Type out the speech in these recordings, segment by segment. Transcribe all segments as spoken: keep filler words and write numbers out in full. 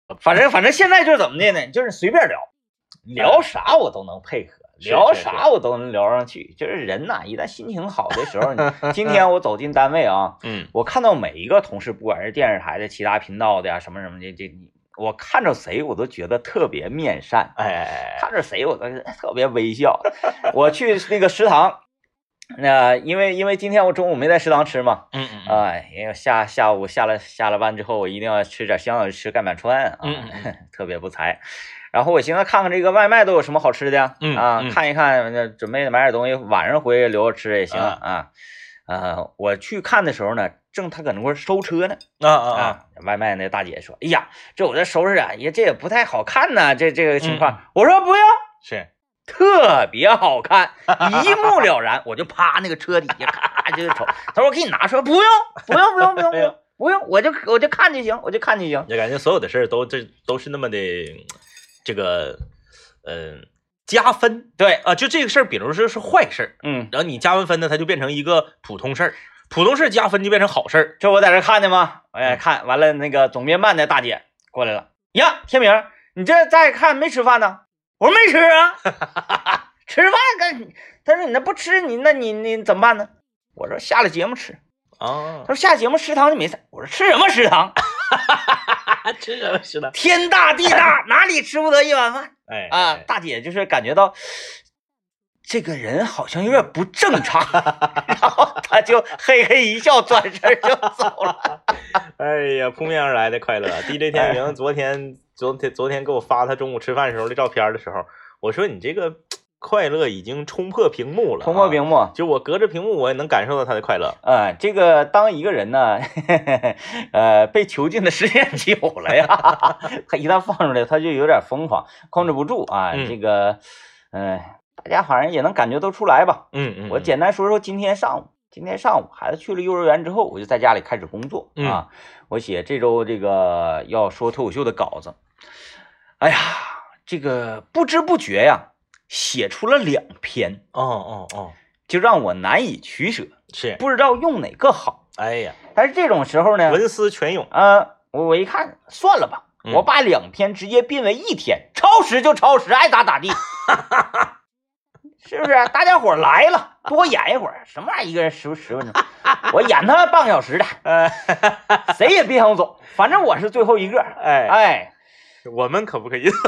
反正反正现在就是怎么的呢？就是随便聊，聊啥我都能配合。聊啥我都能聊上去，就是人呐，一旦心情好的时候，今天我走进单位啊， 嗯， 我看到每一个同事，不管是电视台的、其他频道的呀，什么什么的，这我看着谁我都觉得特别面善， 哎， 看着谁我都特别微笑。我去那个食堂，那、呃、因为因为今天我中午没在食堂吃嘛， 嗯嗯啊、呃，因为下下午下了下了班之后，我一定要吃点香，吃盖板川啊， 嗯嗯特别不才。然后我寻思看看这个外卖都有什么好吃的， 嗯啊， 嗯看一看，准备买点东西，晚上回去留着吃也行啊。啊，呃，我去看的时候呢，正他搁那块收车呢， 啊啊啊，外卖那大姐说：“哎呀，这我这收拾啊，也这也不太好看呢，这这个情况。 嗯” 我说：“不用， 是特别好看，一目了然。”我就趴那个车底下，咔就瞅。他说：“我给你拿出来。”不用，不用，不用，不用，不用，不用，我就我就看就行，我就看就行。 就感觉所有的事儿都这都是那么的。这个，嗯、呃，加分， 对啊，就这个事儿，比如说是坏事儿， 嗯， 然后你加完分呢，它就变成一个普通事儿，普通事儿加分就变成好事儿。 这我在这看的吗？哎，看完了，那个总编办的大姐过来了，呀，天明，你这在看没吃饭呢？我说没吃啊，吃饭干？他说你那不吃，你那你你怎么办呢？我说下了节目吃。 啊， 他说下节目食堂就没事。我说吃什么食堂？ 吃什么食堂？ 天大地大，哪里吃不得一碗饭？ 哎啊，大姐就是感觉到这个人好像有点不正常，然后他就嘿嘿一笑，转身就走了。 哎呀，扑面而来的快乐 ！D J 天明昨天昨天昨天给我发他中午吃饭时候的照片的时候，我说你这个快乐已经冲破屏幕了、啊， 冲破屏幕， 就我隔着屏幕我也能感受到他的快乐。 呃，这个当一个人呢，呵呵呃，被囚禁的时间久了呀，他一旦放出来，他就有点疯狂，控制不住啊。 嗯、 这个，嗯、呃，大家反正也能感觉得出来吧。 嗯嗯， 我简单说说今天上午，今天上午孩子去了幼儿园之后，我就在家里开始工作、 嗯、 啊。我写这周这个要说脱口秀的稿子，哎呀，这个不知不觉呀。写出了两篇， 哦哦哦， 就让我难以取舍， 是不知道用哪个好。 哎呀， 但是这种时候呢， 文思泉涌啊、呃，我我一看算了吧， 嗯、 我把两篇直接并为一天，超时就超时，爱咋咋地，是不是？大家伙来了，多演一会儿，什么玩意儿一个人十十分钟，我演他半个小时的，谁也别想走，反正我是最后一个。 哎哎， 我们可不可以走？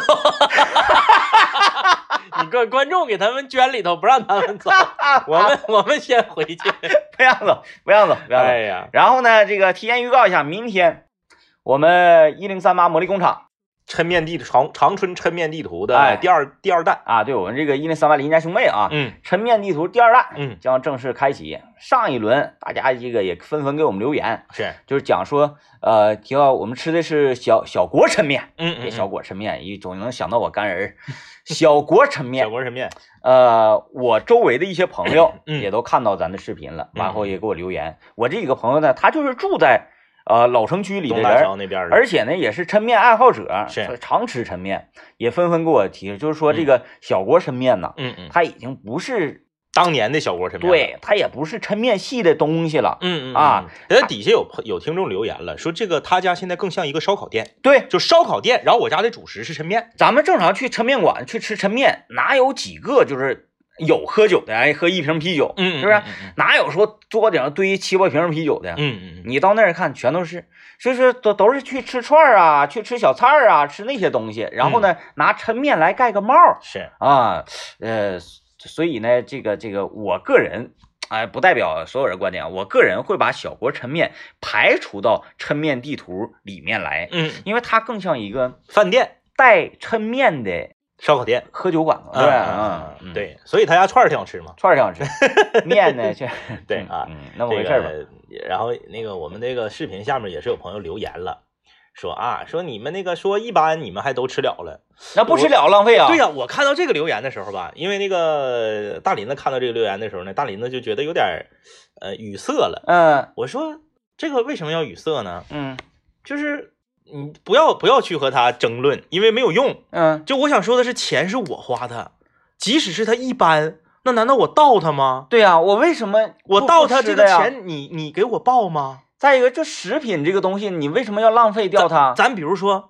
你观观众给他们圈里头，不让他们走，我们我们先回去， 不让走，不让走，不让走。 哎呀， 然后呢，这个提前预告一下，明天我们一零三八魔力工厂抻面地长长春抻面地图的第二、哎、第二弹啊，对我们这个一零三八邻家兄妹啊， 嗯， 抻面地图第二弹， 嗯， 将正式开启。上一轮大家这个也纷纷给我们留言， 是就是讲说，呃，提到我们吃的是小小国抻面， 嗯这小国抻面，一总能想到我干人。小国抻面， 小国抻面， 呃，我周围的一些朋友嗯也都看到咱的视频了，然后也给我留言。我这几个朋友呢，他就是住在呃老城区里的人， 那边而且呢也是抻面爱好者， 是常吃抻面，也纷纷给我提，就是说这个小国抻面呢， 嗯嗯， 它已经不是当年的小国抻面， 对，它也不是抻面系的东西了， 嗯嗯啊， 人家底下有有听众留言了，说这个他家现在更像一个烧烤店， 对， 就烧烤店，然后我家的主食是抻面。 咱们正常去抻面馆去吃抻面，哪有几个就是有喝酒的，哎，喝一瓶啤酒， 嗯， 是不是？ 嗯嗯嗯、 哪有说桌顶上堆七八瓶啤酒的？ 嗯嗯嗯， 你到那儿看，全都是，所以说都都是去吃串啊，去吃小菜啊，吃那些东西，然后呢，嗯、拿抻面来盖个帽， 是啊，呃。所以呢，这个这个，我个人，哎、呃，不代表所有人观点，我个人会把小国抻面排除到抻面地图里面来， 嗯， 因为它更像一个饭店带抻面的烧烤店、 喝酒馆子，对吧？ 嗯，对，所以他家串儿挺好吃嘛， 串儿挺好吃，面呢，这对啊， 嗯，那么回事吧、 这个。然后那个我们这个视频下面也是有朋友留言了。说啊，说你们那个说一般，你们还都吃了了， 那不吃了浪费啊？ 对呀、啊，我看到这个留言的时候吧，因为那个大林子看到这个留言的时候呢，大林子就觉得有点呃语塞了。 嗯， 我说这个为什么要语塞呢？ 嗯， 就是你不要不要去和他争论，因为没有用。 嗯， 就我想说的是，钱是我花的，即使是他一般，那难道我盗他吗？ 对呀、啊，我为什么我盗他这个钱，你你给我报吗？ 再一个，这食品这个东西，你为什么要浪费掉它？ 咱, 咱比如说，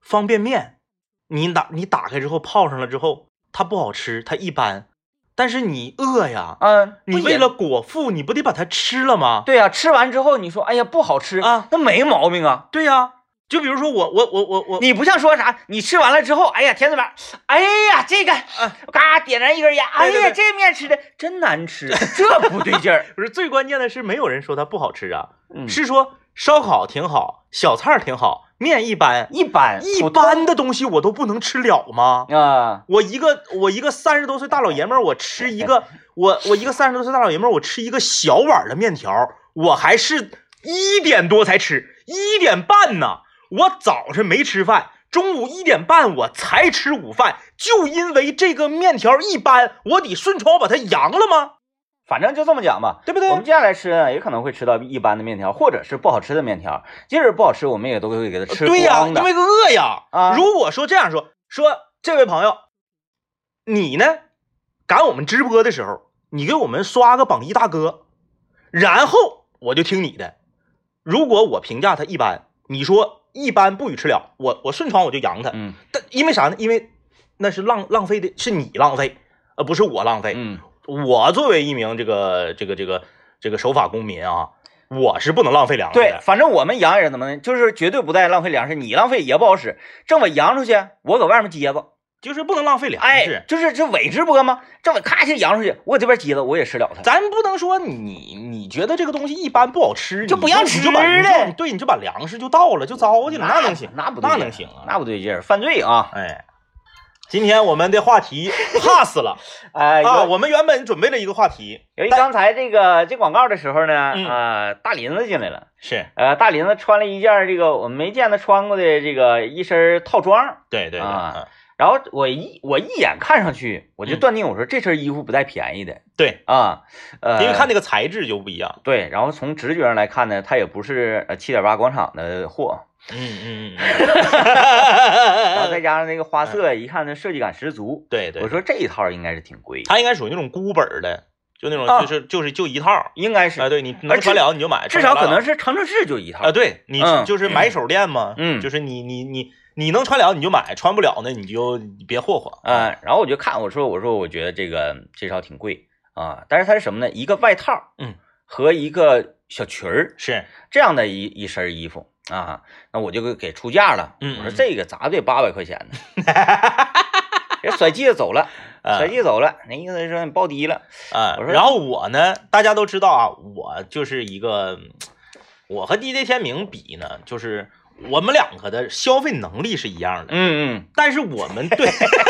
方便面，你打你打开之后泡上了之后，它不好吃，它一般，但是你饿呀， 嗯， 你为了果腹，你不得把它吃了吗？ 对呀、啊，吃完之后你说，哎呀不好吃啊， 那没毛病啊。 对呀、啊，就比如说我我我我我， 你不像说啥，你吃完了之后，哎呀甜嘴板，哎呀这个，嘎点燃一根烟，哎呀这面吃的真难吃，这不对劲儿。 不是最关键的是，没有人说它不好吃啊， 嗯、 是说烧烤挺好，小菜挺好。面一般， 一般， 一般的东西我都不能吃了吗？ 啊， 我一个我一个三十多岁大老爷们儿，我吃一个我我一个三十多岁大老爷们儿，我吃一个小碗的面条，我还是一点多才吃，一点半呢。我早晨没吃饭，中午一点半我才吃午饭，就因为这个面条一般，我得顺床把它扬了吗？ 反正就这么讲吧， 对不对？ 我们接下来吃呢，也可能会吃到一般的面条，或者是不好吃的面条。即使不好吃，我们也都会给它吃光的。 对呀，因为饿呀。 啊， 如果说这样说，说这位朋友，你呢，赶我们直播的时候，你给我们刷个榜一大哥，然后我就听你的。如果我评价他一般，你说一般不予吃了，我我顺床我就扬他。 嗯， 但因为啥呢？因为那是浪浪费的，是你浪费，而不是我浪费。 嗯。 我作为一名这个这个这个这个守法公民啊，我是不能浪费粮食的。 对，反正我们洋人怎么呢？就是绝对不带浪费粮食，你浪费也不好使。政委扬出去，我搁外面接吧， 就是不能浪费粮食。 哎，就是这伪直播吗？政委咔一下扬出去，我这边接了，我也吃了它。 咱不能说你你觉得这个东西一般不好吃， 就不要吃你就把你对，你就把粮食就倒了，就糟践了，那能行？ 那不那能行啊？ 那不对劲儿，犯罪啊！ 哎。今天我们的话题 pass 了， 哎啊，我们原本准备了一个话题， 由于刚才这个这广告的时候呢， 嗯、 呃，大林子进来了， 是， 呃，大林子穿了一件这个我们没见他穿过的这个一身套装， 对对对， 啊， 嗯、 然后我一我一眼看上去，我就断定我说这身衣服不带便宜的， 对啊，呃， 因为看那个材质就不一样， 对，然后从直觉上来看呢，它也不是呃七点八广场的货。 嗯嗯嗯， 然后再加上那个花色，一看那设计感十足。 对对， 我说这一套应该是挺贵， 它应该属于那种孤本的，就那种就是、啊、就是就一套， 应该是啊，对，你能穿了你就买， 至少可能是城市市就一套啊，对你、嗯、就是买手店嘛， 嗯， 就是你你你你能穿了你就买，穿不了呢你就你别霍霍， 嗯，然后我就看我说我说我觉得这个这套挺贵啊，但是它是什么呢？一个外套， 嗯， 和一个小裙儿， 是这样的一一身衣服。啊，那我就给出价了。 嗯， 我说这个咋得八百块钱呢？人甩机子走了，甩机子走了，那意思是说你报低了啊。我说，然后我呢，大家都知道啊，我就是一个，我和 D J 天明比呢，就是我们两个的消费能力是一样的。 嗯嗯， 但是我们对，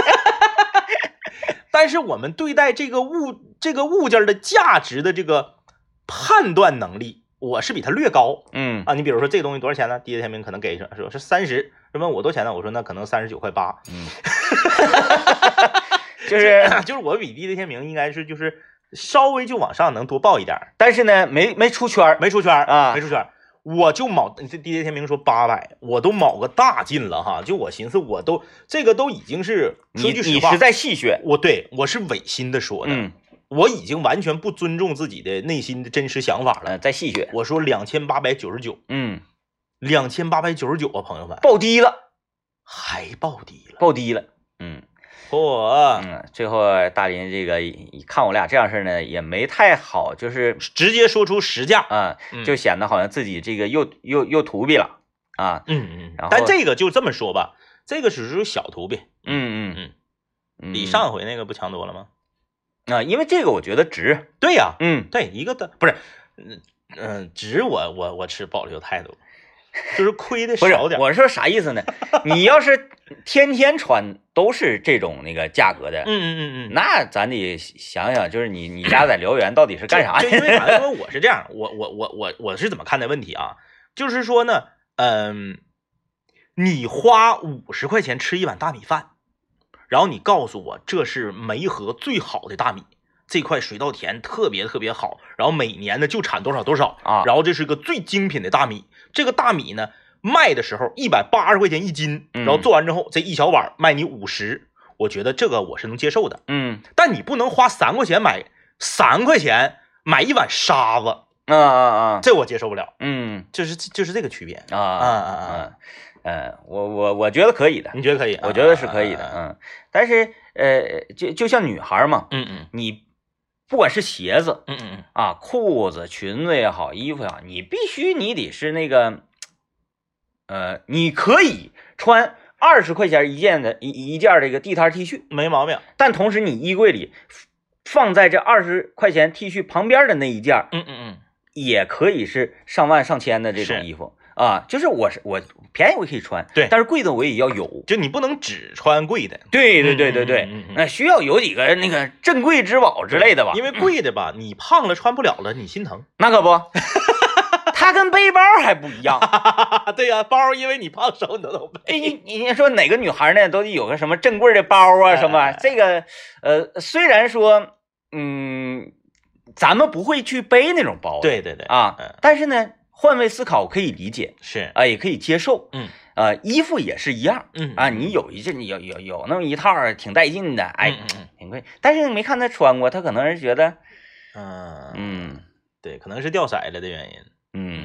但是我们对待这个物这个物件的价值的这个判断能力。我是比他略高， 嗯啊，你比如说这个东西多少钱呢？第一天明可能给说说是三十，问我多少钱呢？我说那可能三十九块八， 嗯，就是就是我比第一天明应该是就是稍微就往上能多报一点， 但是呢没没出圈， 没出圈啊， 没出圈，我就卯这第一天明说八百，我都卯个大劲了哈，就我寻思我都这个都已经是说句实话， 你是在戏谑， 我对我是违心的说的。 嗯， 我已经完全不尊重自己的内心的真实想法了， 呃、在戏谑。 我说两千八百九十九， 嗯， 两千八百九十九啊，朋友们， 报低了， 还报低了， 报低了。嗯， 嚯、 嗯，最后大林这个看我俩这样式呢，也没太好，就是直接说出实价啊、嗯，就显得好像自己这个又又又图弊了啊。 嗯嗯， 然后但这个就这么说吧，这个只是小图弊。 嗯嗯嗯，比上回那个不强多了吗？ 啊，因为这个我觉得值。 对呀、啊， 嗯， 对，一个的不是，嗯嗯，值我我我持保留态度，就是亏的少点。 我说啥意思呢？你要是天天穿都是这种那个价格的， 嗯嗯嗯嗯， 那咱得想想，就是你你家在辽源到底是干啥的？ 因为啥？因为我是这样，我我我我我是怎么看待问题啊？就是说呢，嗯，你花五十块钱吃一碗大米饭。然后你告诉我这是梅河最好的大米，这块水稻田特别特别好，然后每年呢就产多少多少啊， 然后这是个最精品的大米，这个大米呢卖的时候一百八十块钱一斤，然后做完之后这一小碗卖你五十，我觉得这个我是能接受的， 嗯， 但你不能花三块钱买三块钱买一碗沙子， 啊啊啊， 这我接受不了， 嗯， 就是就是这个区别啊啊啊啊。 嗯，我我我觉得可以的， 你觉得可以？ 我觉得是可以的，嗯。但是呃，就就像女孩嘛， 嗯嗯， 你不管是鞋子， 嗯嗯嗯啊，裤子、裙子也好，衣服也好，你必须你得是那个，呃，你可以穿二十块钱一件的一一件这个地摊 T 恤， 没毛病。 但同时你衣柜里放在这二十块钱 T 恤旁边的那一件， 嗯嗯嗯， 也可以是上万上千的这种衣服啊。就是我是我便宜我可以穿， 对， 但是贵的我也要有， 就你不能只穿贵的。 对对对对对， 嗯嗯嗯、 那需要有几个那个镇柜之宝之类的吧？ 因为贵的吧，你胖了穿不了了，你心疼。 那可不。它跟背包还不一样， 对呀、啊，包因为你胖手你都能背。 你你说哪个女孩呢，都有个什么珍贵的包啊什么？哎、这个呃，虽然说嗯，咱们不会去背那种包， 对对对啊， 嗯、 但是呢，换位思考可以理解， 是啊、呃，也可以接受， 嗯， 呃，衣服也是一样， 嗯啊，你有一件有有有那么一套挺带劲的，哎， 嗯嗯嗯挺贵，但是你没看他穿过，他可能是觉得， 嗯嗯， 对，可能是掉色了的原因。 嗯，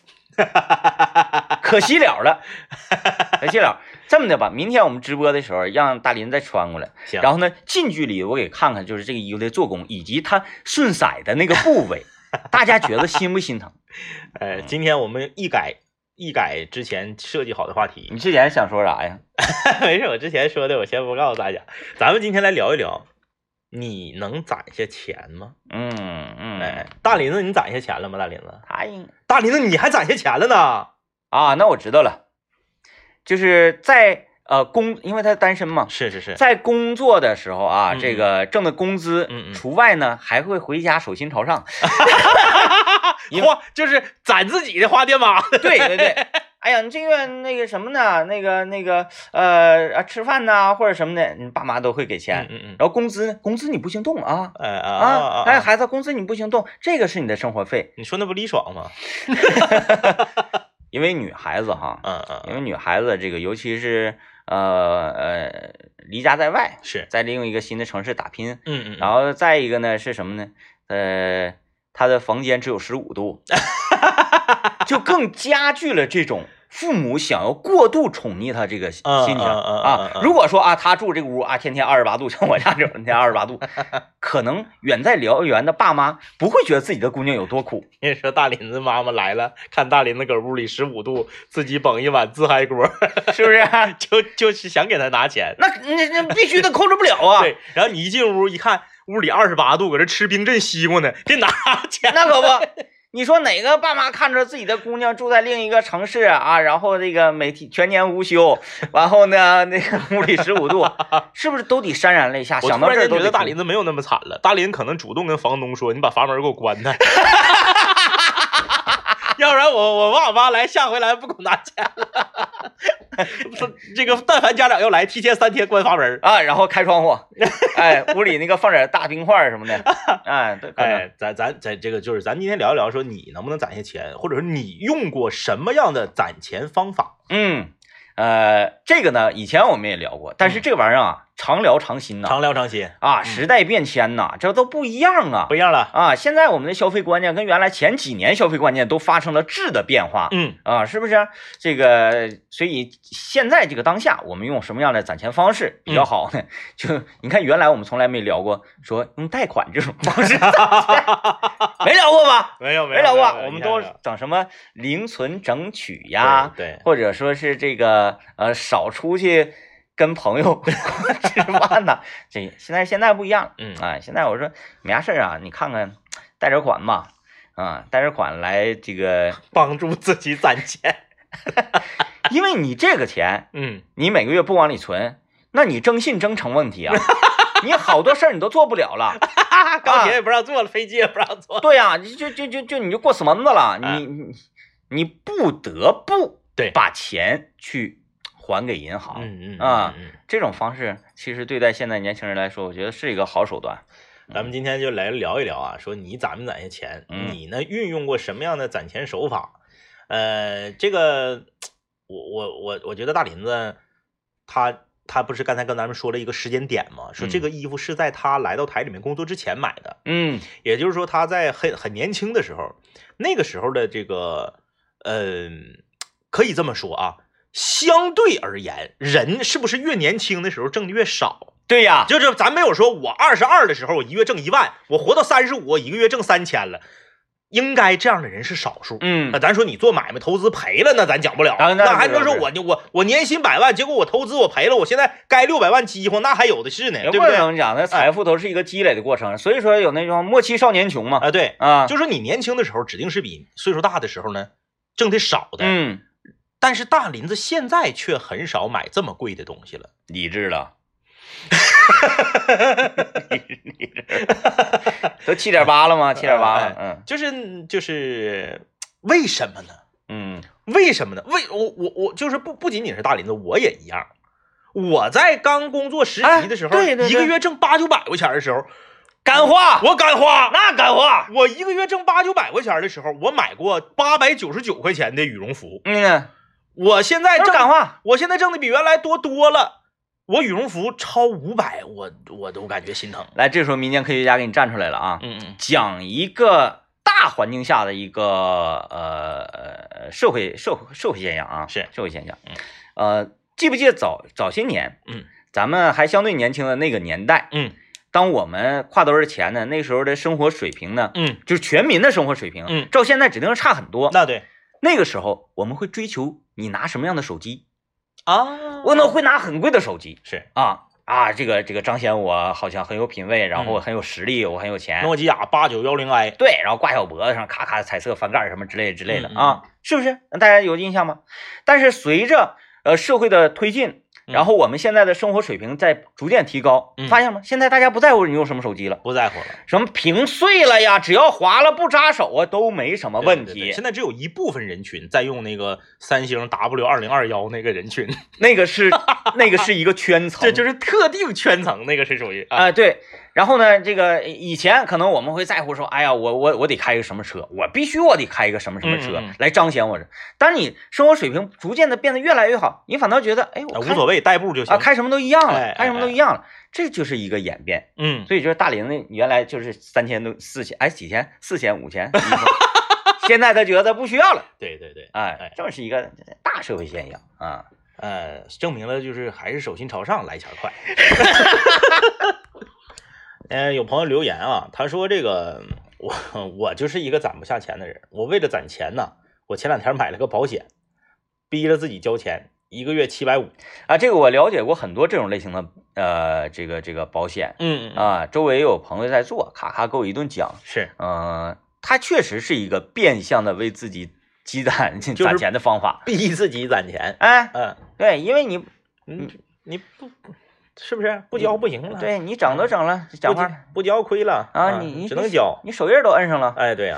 可惜了了，可惜了。这么的吧，明天我们直播的时候让大林再穿过来，然后呢，近距离我给看看，就是这个衣服的做工以及它顺色的那个部位，大家觉得心不心疼？ 呃，今天我们一改一改之前设计好的话题。 你之前想说啥呀？ 没事，我之前说的我先不告诉大家。咱们今天来聊一聊，你能攒下钱吗？ 嗯嗯， 哎，大林子，你攒下钱了吗？大林子， 他应大林子，你还攒下钱了呢？ 啊，那我知道了，就是在呃工，因为他单身嘛， 是是是， 在工作的时候啊， 嗯、 这个挣的工资， 嗯嗯， 除外呢，还会回家手心朝上， 花就是攒自己的花爹妈。 对对对。哎呀，你这个那个什么呢？那个那个呃啊，吃饭呐或者什么的，你爸妈都会给钱。 嗯嗯。 然后工资呢？工资你不行动啊！ 哎啊啊！哎，孩子，工资你不行动，这个是你的生活费。 你说那不李爽吗？ 因为女孩子哈， 嗯嗯， 因为女孩子这个，尤其是呃呃离家在外， 是在另一个新的城市打拼。 嗯嗯。 然后再一个呢是什么呢？呃，她的房间只有十五度。就更加剧了这种父母想要过度宠溺他这个心情啊。如果说啊，他住这个屋啊，天天二十八度，像我家这种天天二十八度，可能远在辽源的爸妈不会觉得自己的姑娘有多苦。 你说大林子妈妈来了，看大林子搁屋里十五度，自己捧一碗自嗨锅， 是不是？ 就就是想给他拿钱， 那那那必须得控制不了啊。 对，然后你一进屋一看，屋里二十八度，搁这吃冰镇西瓜呢，给拿钱， 那可不。你说哪个爸妈看着自己的姑娘住在另一个城市啊，然后这个每天全年无休，然后呢那个屋里十五度，是不是都得潸然泪下？想到这儿都觉得大林子没有那么惨了，大林可能主动跟房东说：“你把阀门给我关开，要不然我我爸我妈来下回来不给我拿钱了。”这个但凡家长要来，提前三天关阀门啊，然后开窗户，哎，屋里那个放点大冰块什么的，哎，对， 哎，咱咱咱这个就是咱今天聊一聊，说你能不能攒下钱，或者说你用过什么样的攒钱方法？ 嗯，呃，这个呢，以前我们也聊过，但是这玩意儿啊，常聊常新呐， 常聊常新啊，时代变迁呐，这都不一样啊， 不一样了啊！现在我们的消费观念跟原来前几年消费观念都发生了质的变化， 嗯啊，是不是？这个，所以现在这个当下，我们用什么样的攒钱方式比较好呢？嗯、就你看，原来我们从来没聊过说用贷款这种方式，没聊过吧？ 没有， 没聊过， 没我们都整什么零存整取呀， 对，对或者说是这个呃少出去。跟朋友吃饭呢，这现在现在不一样， 嗯啊，现在我说没啥事啊，你看看贷点款嘛，啊，贷点款来这个帮助自己攒钱， 因为你这个钱， 嗯， 你每个月不往里存，那你征信征成问题啊，你好多事儿你都做不了了， 高铁也不让坐了，飞机也不让坐， 对呀、啊，就就就就你就过死门子了，你、啊、你你不得不对把钱去。还给银行， 嗯嗯啊， 嗯嗯这种方式其实对待现在年轻人来说，我觉得是一个好手段。 咱们今天就来聊一聊啊，说你攒没攒下钱， 嗯、 你呢运用过什么样的攒钱手法？呃，这个我我我我觉得大林子他他不是刚才跟咱们说了一个时间点吗？说这个衣服是在他来到台里面工作之前买的， 嗯， 也就是说他在很很年轻的时候，那个时候的这个，嗯、呃，可以这么说啊。 相对而言，人是不是越年轻的时候挣的越少？ 对呀， 就是咱没有说我二十二的时候我一月挣一万，我活到三十五我一个月挣三千了，应该这样的人是少数。 嗯， 那咱说你做买卖投资赔了，那咱讲不了。 啊、那, 那还能说我我我年薪百万，结果我投资我赔了，我现在该六百万饥荒，那还有的是呢，对不对？ 能讲，那财富都是一个积累的过程，哎、所以说有那种莫欺少年穷嘛。 啊，对啊， 就是说你年轻的时候指定是比岁数大的时候呢挣的少的。 嗯， 但是大林子现在却很少买这么贵的东西了， 理智了。都七点八了吗？七点八了，嗯， 就是就是为什么呢？ 嗯， 为什么呢？为我我我就是不不仅仅是大林子，我也一样。我在刚工作实习的时候， 哎、对对对， 一个月挣八九百块钱的时候， 敢花， 我敢花， 那敢花。 我一个月挣八九百块钱的时候，我买过八百九十九块钱的羽绒服。 嗯， 我现在挣敢花， 我现在挣的比原来多多了。我羽绒服超五百，我我都感觉心疼。 来，这时候民间科学家给你站出来了啊， 嗯嗯， 讲一个大环境下的一个呃呃社会社会社会现象啊， 是社会现象。 嗯， 呃，记不记得早早些年， 嗯， 咱们还相对年轻的那个年代， 嗯， 当我们挎兜的钱呢，那时候的生活水平呢， 嗯， 就是全民的生活水平， 嗯， 照现在指定是差很多。 那对， 那个时候我们会追求你拿什么样的手机啊？ 我呢会拿很贵的手机， 是啊。啊，这个这个彰显我好像很有品位，然后我很有实力，嗯、我很有钱。 诺基亚八九幺零 i， 对，然后挂小脖子上，咔咔彩色翻盖什么之类之类的、 嗯、 啊，是不是？大家有印象吗？但是随着呃社会的推进，然后我们现在的生活水平在逐渐提高， 嗯、 发现吗？现在大家不在乎你用什么手机了， 不在乎了， 什么屏碎了呀，只要划了不扎手啊，都没什么问题。 对对对，现在只有一部分人群在用那个三星 W 二零二一那个人群， 那个是那个是一个圈层， 这就是特定圈层，那个是属于啊、呃、对。然后呢，这个以前可能我们会在乎说，哎呀，我我我得开一个什么车，我必须我得开一个什么什么车、 嗯嗯、 来彰显我这。当你生活水平逐渐的变得越来越好，你反倒觉得，哎，我、 啊、无所谓，代步就行啊，开什么都一样了， 哎、 开什么都一样了，哎、这就是一个演变。 嗯， 所以就是大林子原来就是三千多、四千，哎，几千、四千、五千，现在他觉得不需要了。 对对对， 哎，哎这是一个大社会现象啊。 呃，证明了就是还是手心朝上来钱快。呃，有朋友留言啊，他说这个我我就是一个攒不下钱的人，我为了攒钱呢，我前两天买了个保险，逼着自己交钱，一个月七百五啊。这个我了解过很多这种类型的呃这个这个保险， 嗯啊，周围有朋友在做，咔咔给我一顿讲， 是， 嗯、呃，它确实是一个变相的为自己积攒攒钱的方法， 逼自己攒钱， 哎， 嗯， 对，因为你你你不。是不是不交不行了？ 对你整都整了，讲话不交亏了啊！你你只能交， 你手印都摁上了。 哎，对呀、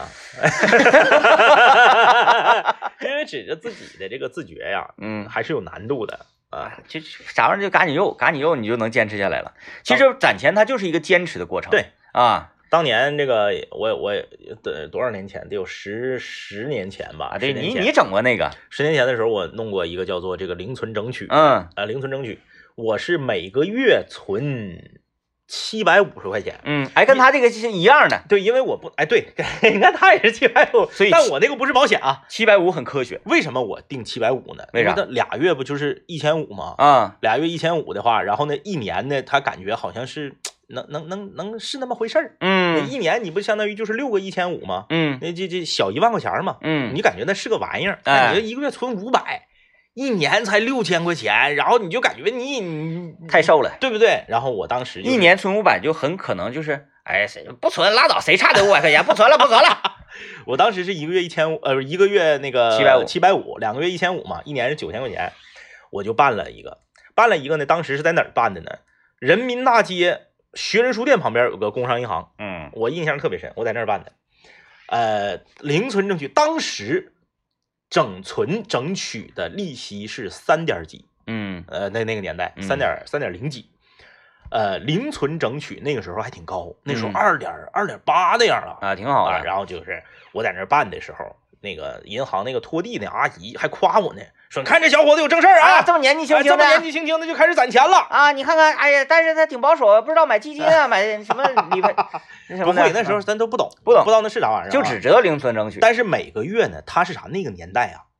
啊，因为指着自己的这个自觉呀， 嗯， 还是有难度的啊。 就啥玩意儿就赶紧肉，赶紧肉，你就能坚持下来了。其实攒钱它就是一个坚持的过程。 对啊， 当年这个我我的多少年前得有十十年前吧？ 啊，对你你整过那个？ 十年前的时候，我弄过一个叫做这个零存整取， 嗯啊，零存整取。我是每个月存七百五十块钱， 嗯，哎，跟他这个是一样的， 对，因为我不，哎，对，你看他也是七百五， 所以但我那个不是保险啊， 七百五很科学。 为什么我定七百五呢？ 为啥？ 俩月不就是一千五吗？ 啊， 俩月一千五的话，然后呢，一年呢，他感觉好像是能能能能是那么回事儿， 嗯， 一年你不相当于就是六个一千五吗？ 嗯， 那这这小一万块钱嘛， 嗯， 你感觉那是个玩意儿， 哎， 你这一个月存五百。一年才六千块钱，然后你就感觉你你太瘦了， 对不对？然后我当时、就是、 一年存五百，就很可能就是，哎，谁不存拉倒，谁差这五百块钱？不存了，不存了。 我当时是一个月一千五，呃，一个月那个七百五， 七百五，两个月一千五嘛，一年是九千块钱，我就办了一个，办了一个呢。当时是在哪儿办的呢？人民大街学人书店旁边有个工商银行， 嗯， 我印象特别深，我在那儿办的，呃，零存整取，当时。整存整取的利息是三点几， 嗯， 呃，那那个年代三点三点零几，呃，零存整取那个时候还挺高，那时候二点二点八那样了啊，挺好的、 啊。然后就是我在那儿办的时候，那个银行那个拖地那阿姨还夸我呢，说你看这小伙子有正事儿啊， 啊，这么年纪轻轻的， 哎、这么年纪轻轻的就开始攒钱了啊！你看看，哎呀，但是他挺保守，不知道买基金啊，买什么理赔， 不会，那时候咱都不懂， 不懂， 不知道那是啥玩意儿、啊， 就只知道零存整取。 但是每个月呢，他是啥？那个年代啊。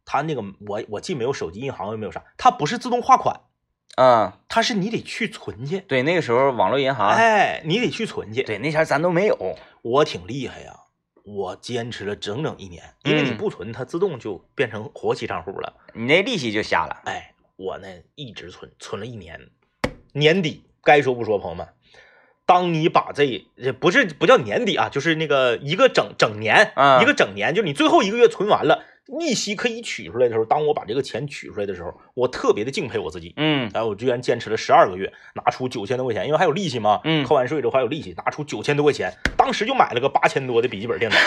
它那个我我既没有手机银行又没有啥，它不是自动划款， 嗯， 它是你得去存去。 对，那个时候网络银行， 哎，你得去存去。 对，那前咱都没有。 我挺厉害呀，我坚持了整整一年，因为你不存，它自动就变成活期账户了， 你那利息就下了。 哎，我呢一直存，存了一年，年底该说不说，朋友们。当你把这不是不叫年底啊，就是那个一个整整年， 嗯、 一个整年，就是你最后一个月存完了，利息可以取出来的时候，当我把这个钱取出来的时候，我特别的敬佩我自己。 嗯， 哎，我居然坚持了十二个月，拿出九千多块钱，因为还有利息嘛， 嗯， 扣完税之后还有利息，拿出九千多块钱，当时就买了个八千多的笔记本电脑。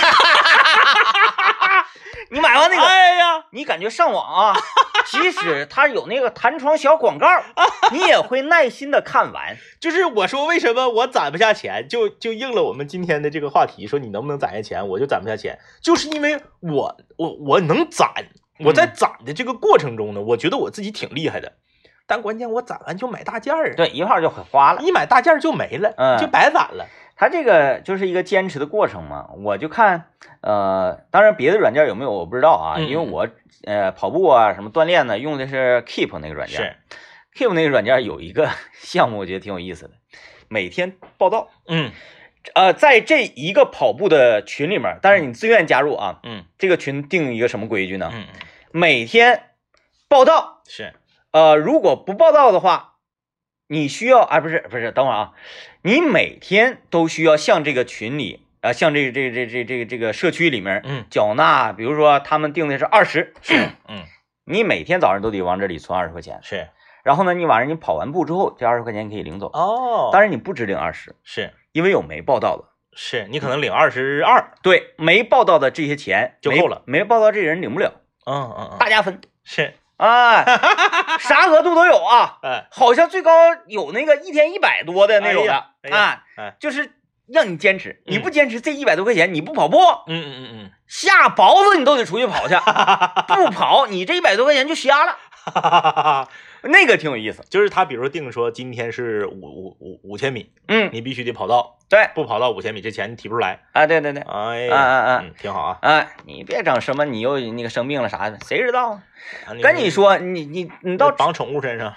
你买完那个， 哎呀， 你感觉上网啊，即使它有那个弹窗小广告，你也会耐心的看完。 就是我说为什么我攒不下钱，就就应了我们今天的这个话题，说你能不能攒下钱，我就攒不下钱，就是因为我我我能攒，我在攒的这个过程中呢，我觉得我自己挺厉害的。但关键我攒完就买大件儿， 对，一会儿就花了， 一买大件儿就没了， 嗯， 就白攒了。 它这个就是一个坚持的过程嘛，我就看，呃，当然别的软件有没有我不知道啊， 嗯、 因为我呃跑步啊什么锻炼呢用的是 Keep 那个软件， 是 Keep 那个软件有一个项目我觉得挺有意思的，每天报道， 嗯， 呃，在这一个跑步的群里面，但是你自愿加入啊， 嗯， 这个群定一个什么规矩呢？ 嗯， 每天报道， 是， 呃，如果不报道的话，你需要啊，不是不是，等会儿啊。你每天都需要向这个群里啊、呃，向这个这个这这这个这个社区里面， 嗯， 缴纳，比如说他们定的是二十， 是，嗯， 你每天早上都得往这里存二十块钱， 是， 然后呢，你晚上你跑完步之后，这二十块钱可以领走， 哦， 当然你不止领二十， 是因为有没报道的， 是你可能领二十二， 对，没报道的这些钱就够了， 没, 没报道这人领不了， 嗯嗯嗯， 大家分是。 哎，啥额度都有啊！ 哎， 好像最高有那个一天一百多的那种的， 哎啊， 哎， 就是让你坚持，你不坚持这一百多块钱，你不跑步， 嗯嗯嗯嗯， 下雹子你都得出去跑去，不跑你这一百多块钱就瞎了。那个挺有意思， 就是他比如说定说今天是五五五五千米， 嗯， 你必须得跑到， 对， 不跑到五千米这钱你提不出来啊，对对对， 哎， 啊啊啊， 嗯，挺好啊， 哎，你别整什么你又那个生病了啥的，谁知道啊？跟你说，你你你到绑宠物身上，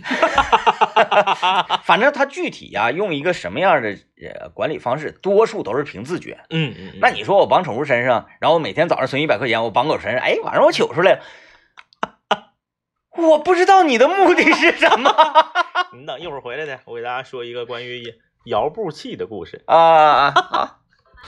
反正他具体呀、啊、用一个什么样的呃管理方式，多数都是凭自觉。 嗯嗯， 那你说我绑宠物身上，然后每天早上存一百块钱，我绑狗身上，哎，晚上我取出来了。我不知道你的目的是什么。 你等一会儿回来的，我给大家说一个关于摇步器的故事啊啊啊！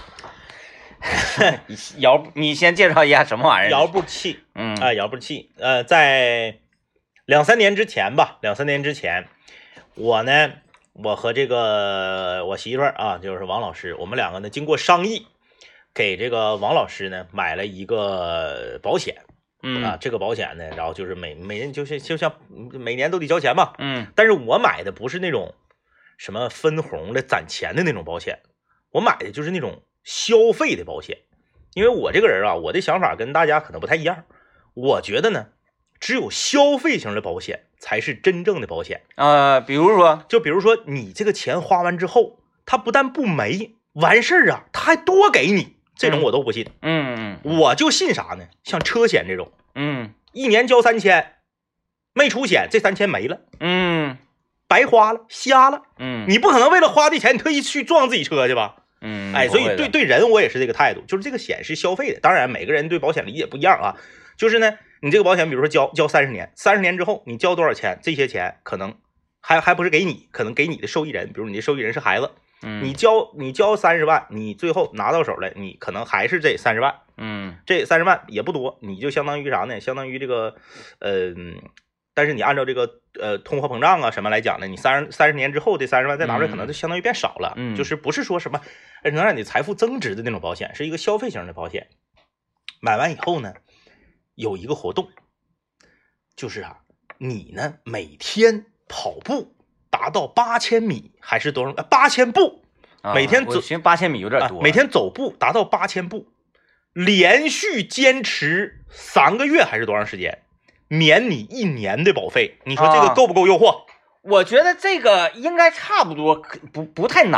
摇，你先介绍一下什么玩意儿？ 摇步器， 嗯啊、呃，摇步器，呃，在两三年之前吧，两三年之前，我呢，我和这个我媳妇儿啊，就是王老师，我们两个呢，经过商议，给这个王老师呢买了一个保险。 嗯啊，这个保险呢，然后就是每每人就是就像每年都得交钱嘛， 嗯， 但是我买的不是那种什么分红的攒钱的那种保险，我买的就是那种消费的保险，因为我这个人啊，我的想法跟大家可能不太一样，我觉得呢，只有消费型的保险才是真正的保险。 呃，比如说， 就比如说你这个钱花完之后，它不但不没完事儿啊，它还多给你。这种我都不信， 嗯嗯，我就信啥呢？像车险这种， 嗯， 一年交三千，没出险，这三千没了， 嗯， 白花了，瞎了， 嗯， 你不可能为了花这钱，你特意去撞自己车去吧？ 嗯， 哎，所以对对人我也是这个态度，就是这个险是消费的，当然每个人对保险理解不一样啊，就是呢，你这个保险，比如说交交三十年，三十年之后你交多少钱，这些钱可能还还不是给你，可能给你的受益人，比如你的受益人是孩子。 嗯， 你交你交三十万，你最后拿到手来，你可能还是这三十万， 嗯， 这三十万也不多，你就相当于啥呢？相当于这个，呃，但是你按照这个呃通货膨胀啊什么来讲呢，你三十三十年之后这三十万再拿出来，可能就相当于变少了， 嗯， 就是不是说什么能让你财富增值的那种保险，是一个消费型的保险。买完以后呢，有一个活动，就是啊，你呢每天跑步。达到八千米还是多少？八千步，每天走。 我寻八千米有点多、 啊。每天走步达到八千步，连续坚持三个月还是多长时间？免你一年的保费。你说这个够不够诱惑？ 啊、我觉得这个应该差不多，不不太难。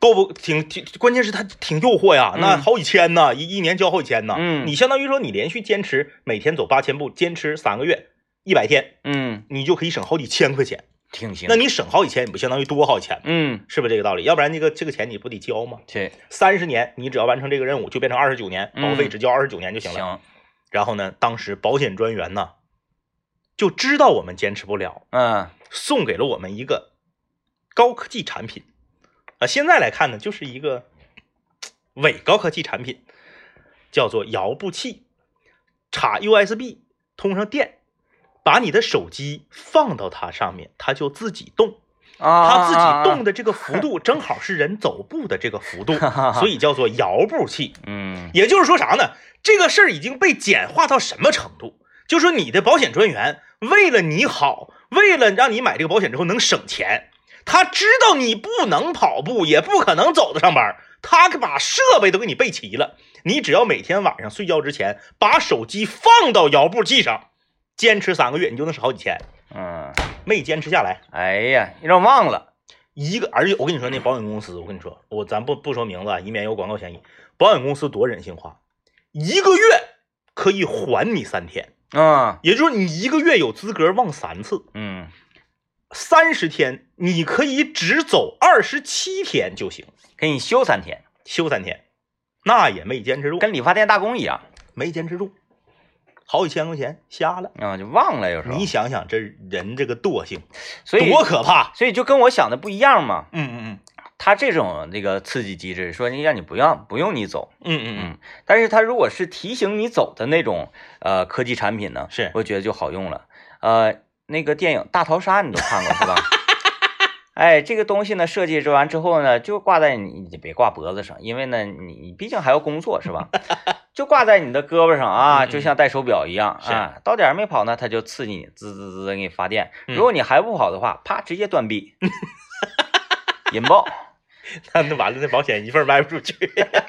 不不，挺挺，关键是它挺诱惑呀， 嗯那好几千呢，一一年交好几千呢。 嗯你相当于说你连续坚持每天走八千步，坚持三个月，一百天， 嗯， 你就可以省好几千块钱。 挺行。 那你省好几千，你不相当于多好几千吗？ 嗯， 是不是这个道理？要不然这个这个钱你不得交吗？ 对， 三十年，你只要完成这个任务，就变成二十九年，保费嗯只交二十九年就行了。 行， 然后呢，当时保险专员呢就知道我们坚持不了， 嗯送给了我们一个高科技产品啊。现在来看呢，就是一个伪高科技产品，叫做摇步器，插 U S B 通上电，把你的手机放到它上面，它就自己动。 啊， 它自己动的这个幅度正好是人走步的这个幅度，所以叫做摇步器。 嗯也就是说啥呢？这个事儿已经被简化到什么程度？就说你的保险专员为了你好，为了让你买这个保险之后能省钱，他知道你不能跑步，也不可能走得上班，他把设备都给你备齐了。你只要每天晚上睡觉之前把手机放到摇步器上，坚持三个月，你就能省好几千。 嗯， 没坚持下来。 哎呀，你让我忘了。 一个，而且我跟你说，那保险公司，我跟你说，我咱不不说名字啊，以免有广告嫌疑。保险公司多人性化，一个月可以还你三天， 嗯也就是你一个月有资格忘三次， 嗯， 三十天你可以只走二十七天就行， 给你休三天， 休三天，那也没坚持住， 跟理发店打工一样没坚持住，好几千块钱瞎了。 啊，就忘了有时候。 你想想，这人这个惰性所以多可怕！ 所以就跟我想的不一样嘛。 嗯嗯他这种这个刺激机制，说你让你不让不用你走， 嗯嗯嗯嗯，但是他如果是提醒你走的那种呃科技产品呢， 是我觉得就好用了。呃，那个电影《大逃杀》你都看过是吧？哎，这个东西呢设计完之后呢，就挂在你，你别挂脖子上，因为呢你你毕竟还要工作是吧？就挂在你的胳膊上啊， 嗯嗯就像戴手表一样是啊。到点儿没跑呢，它就刺激你，滋滋滋给你发电。 嗯如果你还不跑的话，啪直接断臂，引爆。 那那完了，那保险一份卖不出去。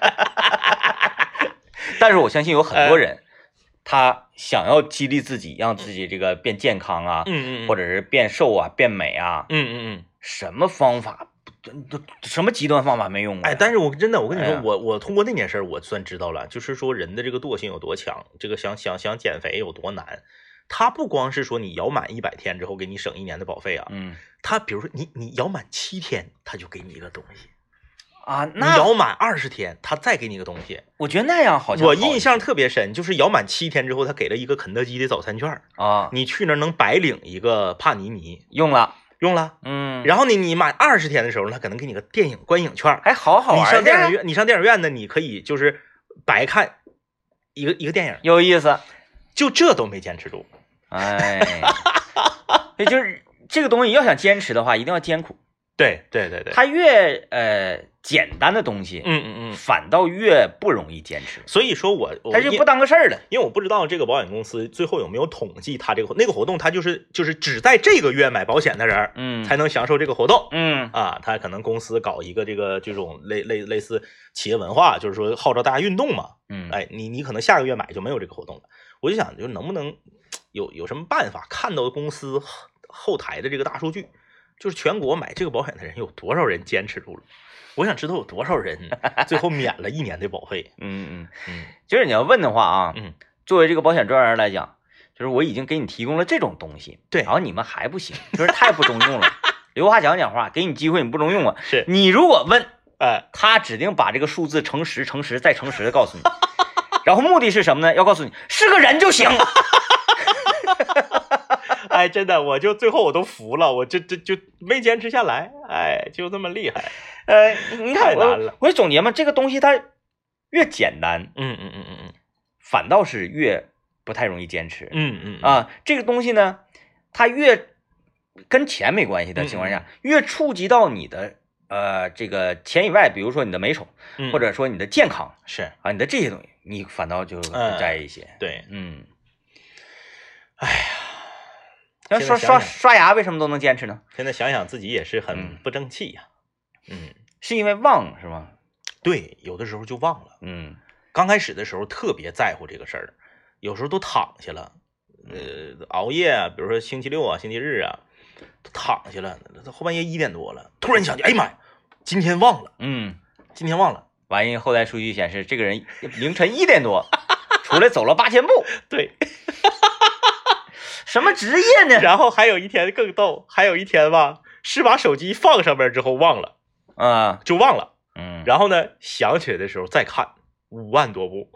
但是我相信有很多人，他想要激励自己，让自己这个变健康啊， 嗯嗯或者是变瘦啊、变美啊， 嗯嗯嗯。 什么方法，都什么极端方法没用过？ 哎，但是我真的，我跟你说， 哎呀我我通过那件事儿，我算知道了，就是说人的这个惰性有多强，这个想想想减肥有多难。他不光是说你摇满一百天之后给你省一年的保费啊， 嗯他比如说你你摇满七天，他就给你一个东西。 啊， 你那摇满二十天，他再给你一个东西。 我觉得那样好像我好一些印象特别深，就是摇满七天之后，他给了一个肯德基的早餐券儿， 啊， 你去那儿能白领一个帕尼尼， 用了， 用了。 嗯， 然后呢，你满二十天的时候，他可能给你个电影观影券儿。 还好好你玩的， 上电影院，你上电影院呢，你可以就是白看一个一个电影， 有意思。 就这都没坚持住。 哎，也就是这个东西要想坚持的话，一定要艰苦。 对对对对， 它越呃简单的东西， 嗯嗯嗯。 反倒越不容易坚持， 所以说我我因它是不当个事儿的。 因为我不知道这个保险公司最后有没有统计它这个那个活动，它就是就是只在这个月买保险的人， 嗯， 才能享受这个活动。 嗯啊，他可能公司搞一个这个这种类类类似企业文化，就是说号召大家运动嘛。 嗯， 哎，你你可能下个月买就没有这个活动了。我就想，就能不能有有什么办法看到公司后后台的这个大数据，就是全国买这个保险的人有多少人坚持住了？我想知道有多少人最后免了一年的保费。 嗯嗯， 嗯就是你要问的话啊， 嗯， 作为这个保险专员来讲，就是我已经给你提供了这种东西， 对然后你们还不行，就是太不中用了。刘华强讲话，给你机会你不中用啊。 是， 你如果问， 哎， 他指定把这个数字乘十、乘十再乘十的告诉你，然后目的是什么呢？要告诉你是个人就行。 哎，真的，我就最后我都服了，我这这就没坚持下来，哎，就这么厉害。 呃，你看太难了我，我总结嘛，这个东西它越简单， 嗯嗯嗯嗯嗯反倒是越不太容易坚持。 嗯嗯啊，这个东西呢，它越跟钱没关系的情况下，越触及到你的呃这个钱以外，比如说你的美丑， 嗯， 或者说你的健康是啊，你的这些东西，你反倒就嗯在意一些。 对， 嗯， 哎呀， 要刷现在想想刷刷牙为什么都能坚持呢？ 现在想想自己也是很嗯不争气呀、嗯， 是因为忘是吗？ 对，有的时候就忘了。 嗯刚开始的时候特别在乎这个事儿，有时候都躺下了，呃，熬夜啊，比如说星期六啊、星期日啊，都躺下了，后半夜一点多了，突然想起，哎呀妈呀， 今天忘了， 嗯， 今天忘了。 完一后台数据显示，这个人凌晨一点多出来走了八千步。 对， 什么职业呢？ 然后还有一天更逗，还有一天吧，是把手机放上面之后忘了， 啊， 就忘了。 嗯， 然后呢，想起来的时候再看，五万多步，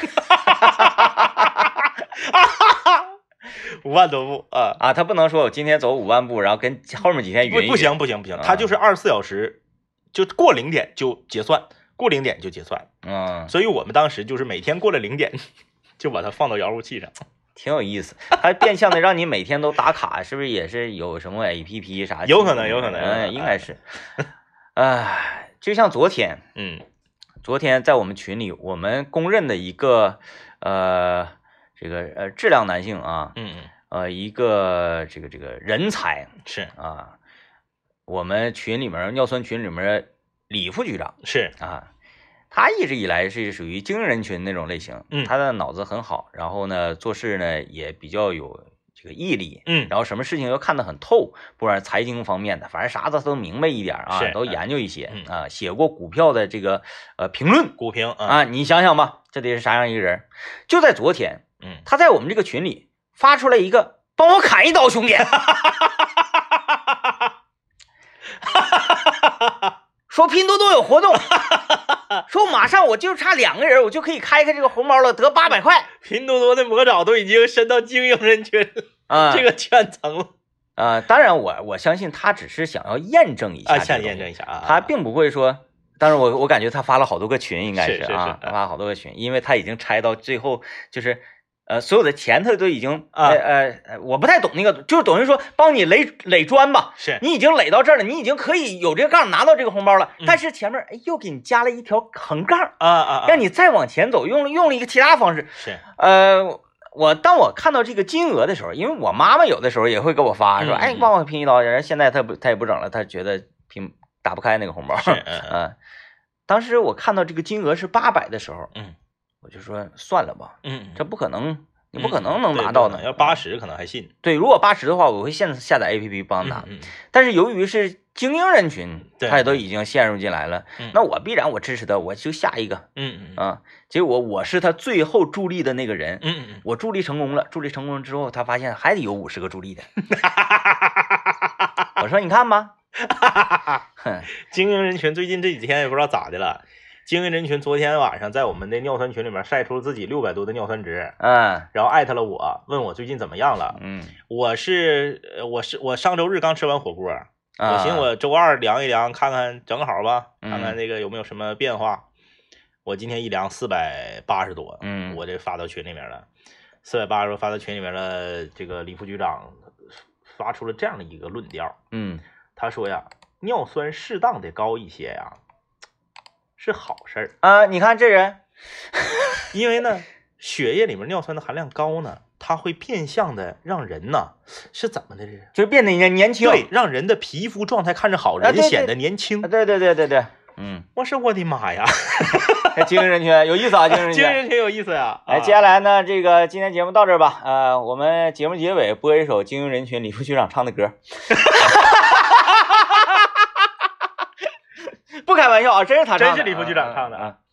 五万多步啊啊！他不能说我今天走五万步，然后跟后面几天匀一匀。 不不行不行不行，他就是二十四小时，就过零点就结算，过零点就结算。 嗯， 所以我们当时就是每天过了零点，就把它放到遥控器上， 挺有意思。他变相的让你每天都打卡，是不是也是有什么 A P P 啥的？ 有可能有可能， 嗯，应该是。哎，就像昨天， 嗯， 昨天在我们群里，我们公认的一个呃，这个呃质量男性啊， 嗯嗯， 呃，一个这个这个人才是啊，我们群里面尿酸群里面的李副局长是啊，他一直以来是属于精英人群那种类型， 嗯他的脑子很好，然后呢做事呢也比较有这个毅力， 嗯， 然后什么事情又看得很透，不管是财经方面的，反正啥子都明白一点啊， 是都研究一些、 嗯、 啊，写过股票的这个呃评论股评啊， 啊，你想想吧，这得是啥样一个人？就在昨天， 嗯， 他在我们这个群里发出来一个帮我砍一刀，兄弟。说拼多多有活动，说马上我就差两个人，我就可以开开这个红包了，得八百块。 拼多多的魔爪都已经伸到精英人群啊、 这个圈层了啊、呃！当然我，我相信他只是想要验证一下， 啊，想验证一下啊， 他并不会说。但是我我感觉他发了好多个群，应该是啊， 是是发了好多个群，因为他已经拆到最后，就是呃所有的钱他都已经啊呃呃，我不太懂那个，就是等于说帮你垒垒砖吧， 是你已经垒到这儿了，你已经可以有这个杠拿到这个红包了， 嗯、 但是前面哎又给你加了一条横杠啊啊， 让你再往前走，用了用了一个其他方式， 是呃。我当我看到这个金额的时候，因为我妈妈有的时候也会给我发说， 嗯、 哎，你帮我拼一刀。然后现在她不，她也不整了，她觉得拼打不开那个红包。 是，嗯、 呃，当时我看到这个金额是八百的时候， 嗯， 我就说算了吧， 嗯， 这不可能，你不可能能拿到的。 嗯、要八十可能还信。 对，如果八十的话，我会现下载 A P P 帮拿。 嗯嗯、 但是由于是精英人群， 对他也都已经陷入进来了， 嗯、 那我必然我支持他，我就下一个。 嗯嗯啊，结果我是他最后助力的那个人。 嗯嗯， 我助力成功了，助力成功之后，他发现还得有五十个助力的。我说你看吧， 精英人群最近这几天也不知道咋的了。精英人群昨天晚上在我们的尿酸群里面晒出了自己六百多的尿酸值， 嗯， 然后艾特了我，问我最近怎么样了。 嗯， 我是我是我上周日刚吃完火锅， 啊、 我寻思我周二量一量，看看正好吧， 嗯、 看看那个有没有什么变化。我今天一量四百八十多， 嗯， 我这发到群里面了，四百八十多发到群里面了。这个李副局长发出了这样的一个论调， 嗯， 他说呀，尿酸适当的高一些呀。是好事儿啊！你看这人， 因为呢，血液里面尿酸的含量高呢，它会变相的让人呢是怎么的？这就变得年年轻， 对，让人的皮肤状态看着好，人显得年轻。 啊、对对对对对，嗯， 我说我的妈呀， 精英人群有意思啊，精英人群， 精英人群有意思呀！ 哎，接下来呢，这个今天节目到这儿吧。呃，我们节目结尾播一首精英人群李副局长唱的歌。不开玩笑啊，真是他唱的， 真是李副局长唱的啊。